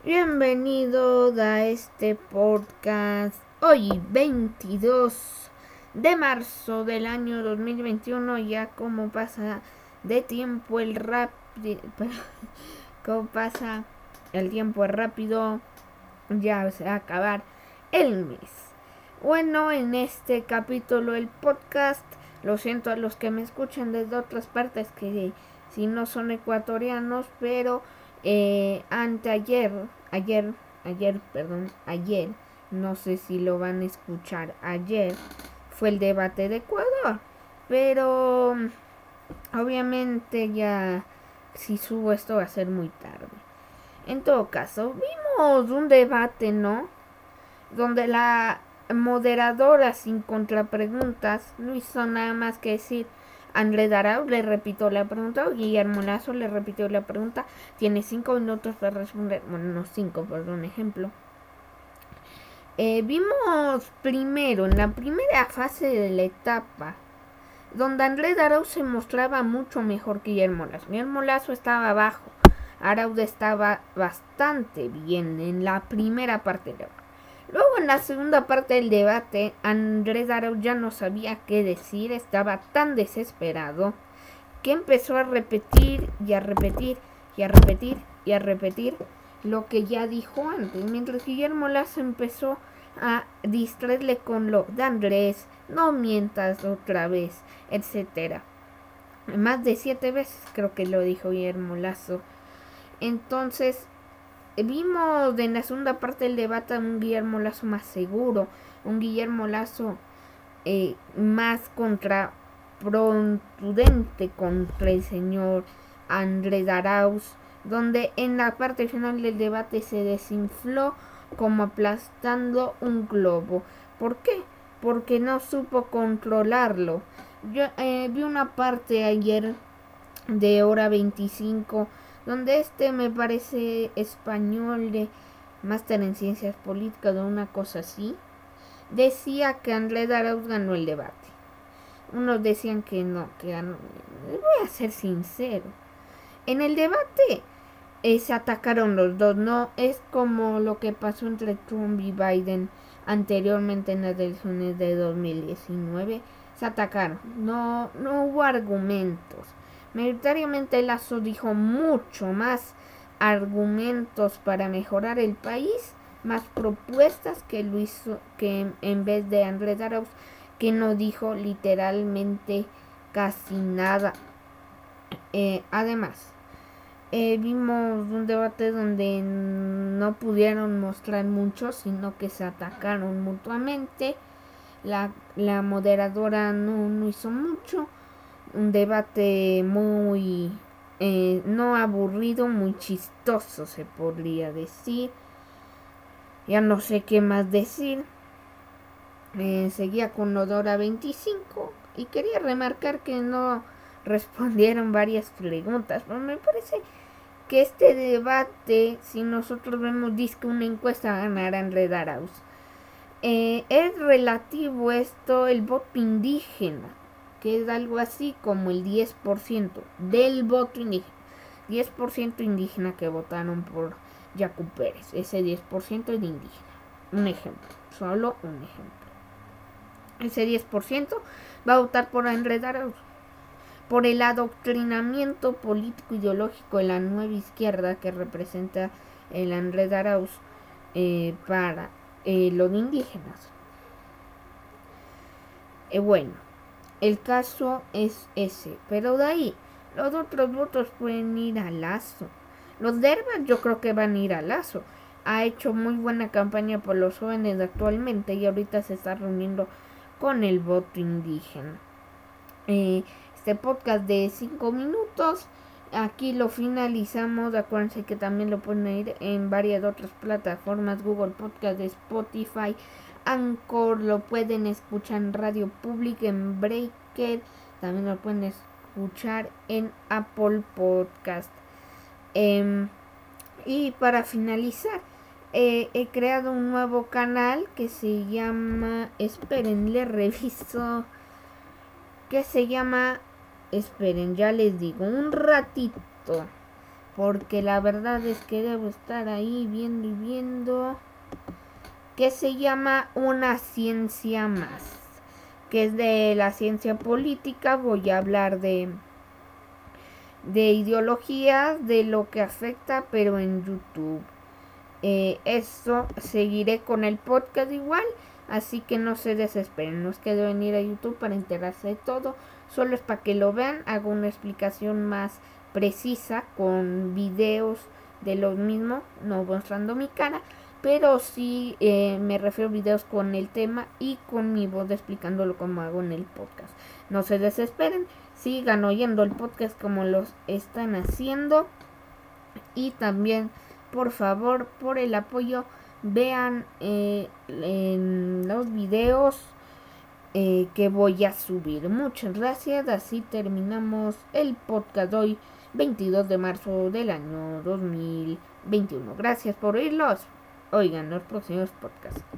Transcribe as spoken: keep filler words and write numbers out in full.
Bienvenido a este podcast. Hoy veintidós de marzo del año dos mil veintiuno. Ya como pasa de tiempo el rápido, como pasa el tiempo rápido, ya se va a acabar el mes. Bueno, en este capítulo del podcast, lo siento a los que me escuchan desde otras partes que si no son ecuatorianos, pero eh, anteayer, ayer, ayer, perdón, ayer, no sé si lo van a escuchar ayer, fue el debate de Ecuador, pero obviamente ya si subo esto va a ser muy tarde. En todo caso, vimos un debate, ¿no? Donde la moderadora sin contrapreguntas no hizo nada más que decir: Andrés Arauz le repitió la pregunta, Guillermo Lazo le repitió la pregunta, tiene cinco minutos para responder, bueno, no cinco, por un ejemplo. Eh, vimos primero, en la primera fase de la etapa, donde Andrés Arauz se mostraba mucho mejor que Guillermo Lazo. Guillermo Lazo estaba abajo, Arauz estaba bastante bien en la primera parte del debate. Luego en la segunda parte del debate, Andrés Arauz ya no sabía qué decir, estaba tan desesperado que empezó a repetir y a repetir y a repetir y a repetir lo que ya dijo antes, mientras Guillermo Lazo empezó a distraerle con lo de Andrés, no mientas otra vez, etcétera. Más de siete veces creo que lo dijo Guillermo Lazo. Entonces vimos en la segunda parte del debate un Guillermo Lazo más seguro, un Guillermo Lazo eh, más contraprudente contra el señor Andrés Arauz, donde en la parte final del debate se desinfló como aplastando un globo. ¿Por qué? Porque no supo controlarlo. Yo eh, vi una parte ayer de hora veinticinco donde este me parece español de máster en ciencias políticas o una cosa así, decía que Andrés Arauz ganó el debate. Unos decían que no, que ganó. Voy a ser sincero. En el debate eh, se atacaron los dos, no es como lo que pasó entre Trump y Biden anteriormente en las elecciones de dos mil diecinueve. Se atacaron, no, no hubo argumentos. Mayoritariamente Lazo dijo mucho más argumentos para mejorar el país, más propuestas que lo hizo, que en vez de Andrés Arauz, que no dijo literalmente casi nada. Eh, además, eh, vimos un debate donde no pudieron mostrar mucho, sino que se atacaron mutuamente. La, la moderadora no, no hizo mucho. Un debate muy eh, no aburrido, muy chistoso se podría decir. Ya no sé qué más decir. Eh, seguía con Odora veinticinco y quería remarcar que no respondieron varias preguntas, pero me parece que este debate, si nosotros vemos disque una encuesta, ganará Andrés Arauz. Eh, es relativo esto el voto indígena, que es algo así como el diez por ciento del voto indígena. diez por ciento indígena que votaron por Yacu Pérez. Ese diez por ciento es de indígena. Un ejemplo, solo un ejemplo. Ese diez por ciento va a votar por Andrés Arauz, por el adoctrinamiento político ideológico de la nueva izquierda que representa el Andrés Arauz eh, para eh, los indígenas. Eh, bueno, el caso es ese, pero de ahí los otros votos pueden ir a Lazo. Los Derbas yo creo que van a ir a Lazo. Ha hecho muy buena campaña por los jóvenes actualmente y ahorita se está reuniendo con el voto indígena. Eh, este podcast de cinco minutos, aquí lo finalizamos. Acuérdense que también lo pueden ir en varias otras plataformas: Google Podcast, Spotify, Anchor, lo pueden escuchar en Radio Public, en Breaker, también lo pueden escuchar en Apple Podcast. Eh, y para finalizar, eh, he creado un nuevo canal que se llama, esperen, le reviso, que se llama, esperen, ya les digo, un ratito, porque la verdad es que debo estar ahí viendo y viendo, que se llama Una Ciencia Más, que es de la ciencia política. Voy a hablar de de ideologías, de lo que afecta, pero en YouTube. Eh, eso seguiré con el podcast igual, así que no se desesperen, no es que deben ir a YouTube para enterarse de todo, solo es para que lo vean. Hago una explicación más precisa con videos de los mismos, no mostrando mi cara, pero sí eh, me refiero a videos con el tema y con mi voz explicándolo como hago en el podcast. No se desesperen, sigan oyendo el podcast como los están haciendo, y también, por favor, por el apoyo, vean eh, en los videos eh, que voy a subir. Muchas gracias, así terminamos el podcast hoy, veintidós de marzo del año dos mil veintiuno. Gracias por oírlos. Oigan los próximos podcasts.